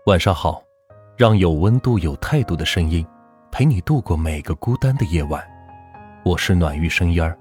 晚上好，让有温度有态度的声音陪你度过每个孤单的夜晚。我是暖玉声音儿。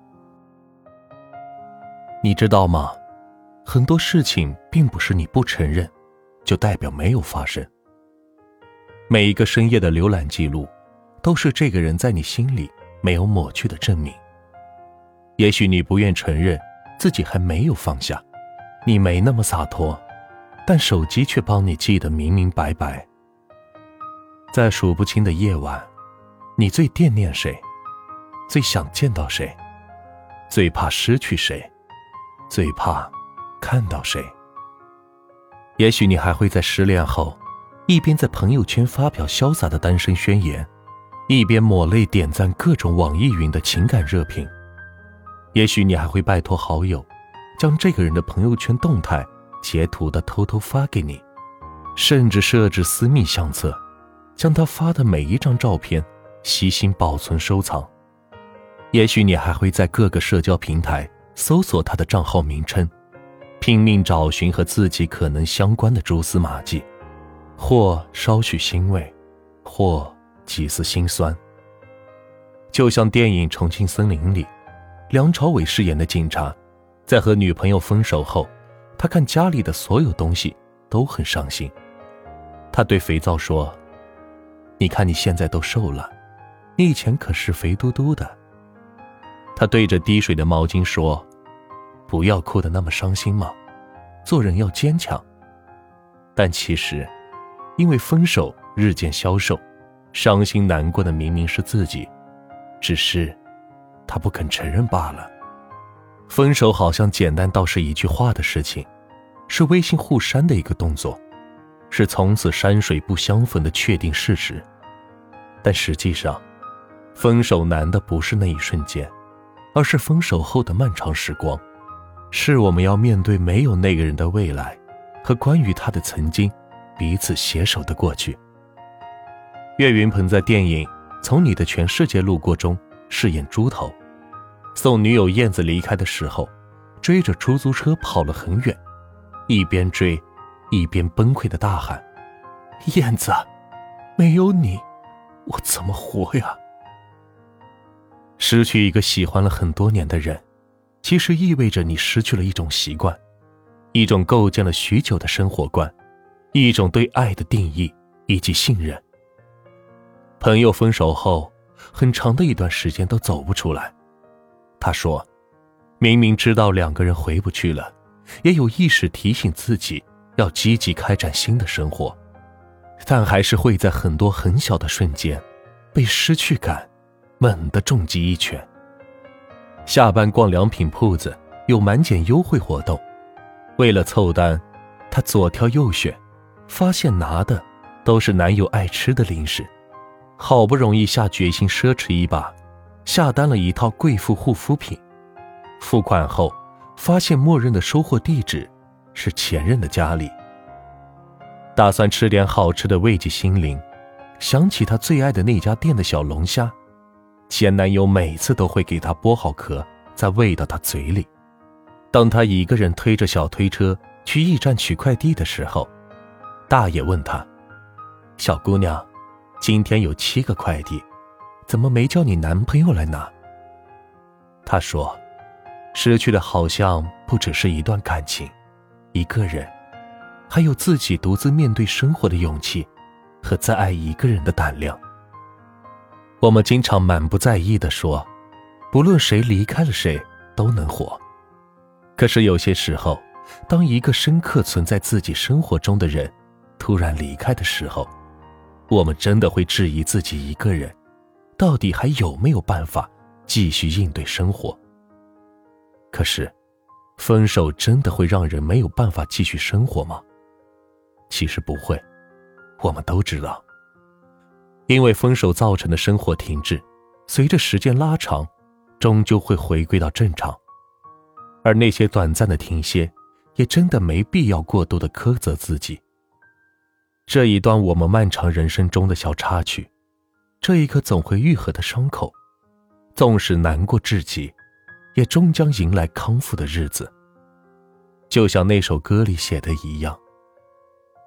你知道吗？很多事情并不是你不承认就代表没有发生。每一个深夜的浏览记录都是这个人在你心里没有抹去的证明。也许你不愿承认自己还没有放下，你没那么洒脱，但手机却帮你记得明明白白。在数不清的夜晚，你最惦念谁？最想见到谁？最怕失去谁？最怕看到谁？也许你还会在失恋后，一边在朋友圈发表潇洒的单身宣言，一边抹泪点赞各种网易云的情感热评。也许你还会拜托好友，将这个人的朋友圈动态截图的偷偷发给你，甚至设置私密相册，将他发的每一张照片悉心保存收藏。也许你还会在各个社交平台搜索他的账号名称，拼命找寻和自己可能相关的蛛丝马迹，或稍许欣慰，或几丝心酸。就像电影《重庆森林》里，梁朝伟饰演的警察，在和女朋友分手后，他看家里的所有东西都很伤心。他对肥皂说：你看你现在都瘦了，你以前可是肥嘟嘟的。他对着滴水的毛巾说：不要哭得那么伤心嘛，做人要坚强。但其实因为分手日渐消瘦，伤心难过的明明是自己，只是他不肯承认罢了。分手好像简单到是一句话的事情，是微信互删的一个动作，是从此山水不相逢的确定事实。但实际上，分手难的不是那一瞬间，而是分手后的漫长时光，是我们要面对没有那个人的未来，和关于他的曾经彼此携手的过去。岳云鹏在电影《从你的全世界路过》中饰演猪头，送女友燕子离开的时候，追着出租车跑了很远，一边追一边崩溃的大喊：燕子，没有你我怎么活呀？失去一个喜欢了很多年的人，其实意味着你失去了一种习惯，一种构建了许久的生活观，一种对爱的定义以及信任。朋友分手后很长的一段时间都走不出来。他说，明明知道两个人回不去了，也有意识提醒自己要积极开展新的生活，但还是会在很多很小的瞬间被失去感猛地重击一拳。下班逛良品铺子，有满减优惠活动，为了凑单，他左挑右选，发现拿的都是男友爱吃的零食。好不容易下决心奢侈一把，下单了一套贵妇护肤品。付款后，发现默认的收货地址是前任的家里。打算吃点好吃的慰藉心灵，想起他最爱的那家店的小龙虾，前男友每次都会给他剥好壳，再喂到他嘴里。当他一个人推着小推车去驿站取快递的时候，大爷问他：小姑娘，今天有7个快递，怎么没叫你男朋友来拿？他说，失去的好像不只是一段感情，一个人，还有自己独自面对生活的勇气和再爱一个人的胆量。我们经常满不在意地说，不论谁离开了谁都能活。可是有些时候，当一个深刻存在自己生活中的人突然离开的时候，我们真的会质疑自己一个人到底还有没有办法继续应对生活。可是分手真的会让人没有办法继续生活吗？其实不会，我们都知道。因为分手造成的生活停滞，随着时间拉长，终究会回归到正常。而那些短暂的停歇，也真的没必要过度的苛责自己。这一段我们漫长人生中的小插曲，这一个总会愈合的伤口，纵使难过至极，也终将迎来康复的日子。就像那首歌里写的一样，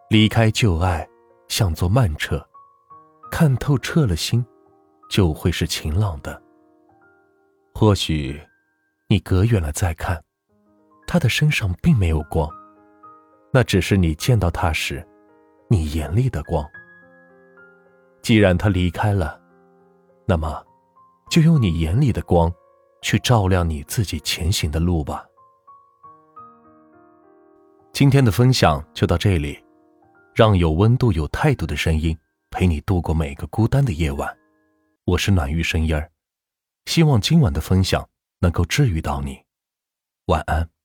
离开旧爱，像座慢车，看透彻了心，就会是晴朗的。或许你隔远了再看，他的身上并没有光，那只是你见到他时你眼里的光。既然他离开了，那么就用你眼里的光去照亮你自己前行的路吧。今天的分享就到这里，让有温度有态度的声音陪你度过每个孤单的夜晚。我是暖玉声音儿，希望今晚的分享能够治愈到你。晚安。